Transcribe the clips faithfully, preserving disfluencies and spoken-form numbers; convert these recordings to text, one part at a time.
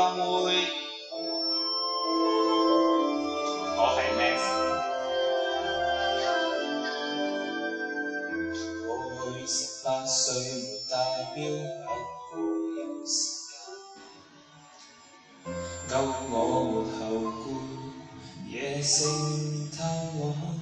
會。我係 Max。過去十八歲沒代表不會有時間，夠我沒後顧，野性貪玩。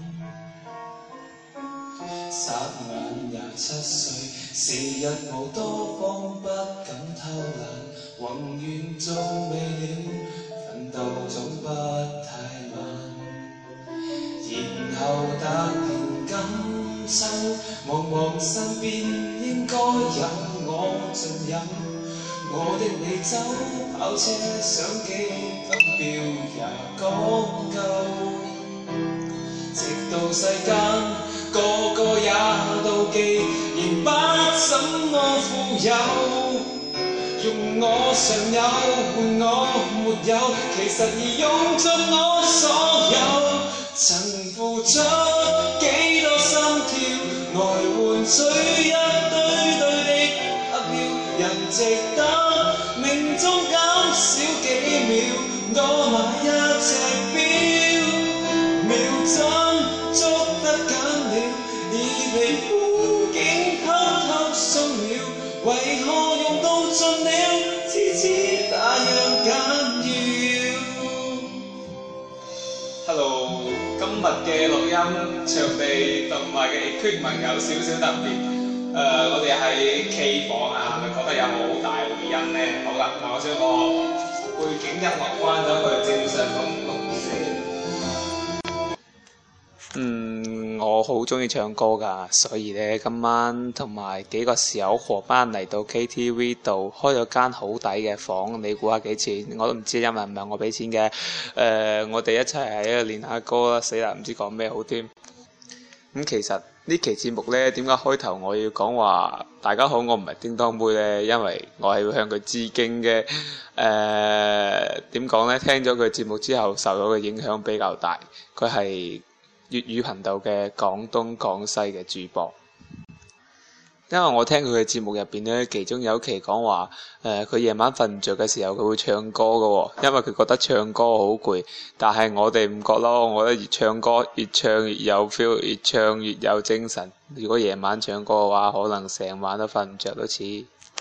霎眼廿七歲，時日無多方，不敢偷懶，宏願縱未了，奮鬥總不太晚。然後突然感親，茫茫身邊應該有我盡有，我的美酒、跑車、相機、金錶也講究，直到世間個個也妒忌，仍不怎麼富有。用我常有換我沒有，其實已用盡我所有。曾付出幾多心跳，來換取一堆堆的黑票，人值得命中減少幾秒，多買一隻錶，秒針捉得緊了，而皮膚竟偷偷鬆了，為何用到盡了，次次那樣緊要。Hello， 今日嘅錄音場地同埋嘅 equipment 有少少特別，誒、呃，我哋喺 K 房啊，係咪覺得有好大回音呢？好啦，我將個背景音樂關咗佢，正常咁錄先。嗯，我好中意唱歌㗎，所以咧今晚同埋幾個室友伙伴嚟到 K T V 度開咗間好抵嘅房，你估下幾錢？我都唔知，因為唔係我俾錢嘅。誒、呃，我哋一齊喺度練下歌啦，死啦，唔知講咩好添。咁、嗯、其實呢期節目呢，點解開頭我要講話大家好，我唔係叮當妹呢？因為我係要向佢致敬嘅。誒、呃，點講呢？聽咗佢節目之後，受咗嘅影響比較大。佢係粵語頻道嘅廣東廣西嘅主播，因為我聽佢嘅節目入邊呢，其中有一期講話，誒佢夜晚瞓唔着嘅時候佢會唱歌嘅喎，因為佢覺得唱歌好攰，但係我哋唔覺咯，我覺得越唱歌越唱越有 feel， 越唱越有精神。如果夜晚唱歌嘅話，可能成晚都瞓唔着都似。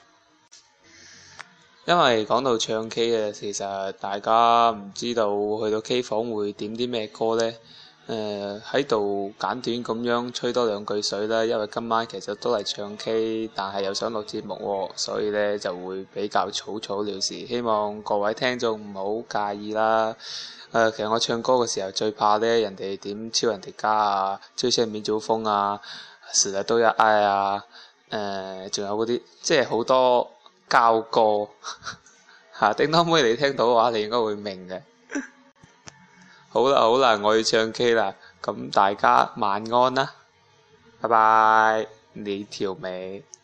因為講到唱 K 嘅，其實大家唔知道去到 K 房會點啲咩歌呢？誒喺度簡短咁樣吹多兩句水啦，因為今晚其實都係唱 K， 但係又想錄節目喎，所以呢就會比較草草了事，希望各位聽眾唔好介意啦。誒、呃，其實我唱歌嘅時候最怕呢人哋點抄人哋家啊，追車免祖風啊，時日都一哀啊，誒、呃，仲有嗰啲即係好多交歌嚇，叮當妹你聽到嘅話，你應該會明嘅。好啦好啦，我要唱 K 啦，咁大家晚安啦，拜拜，你條尾。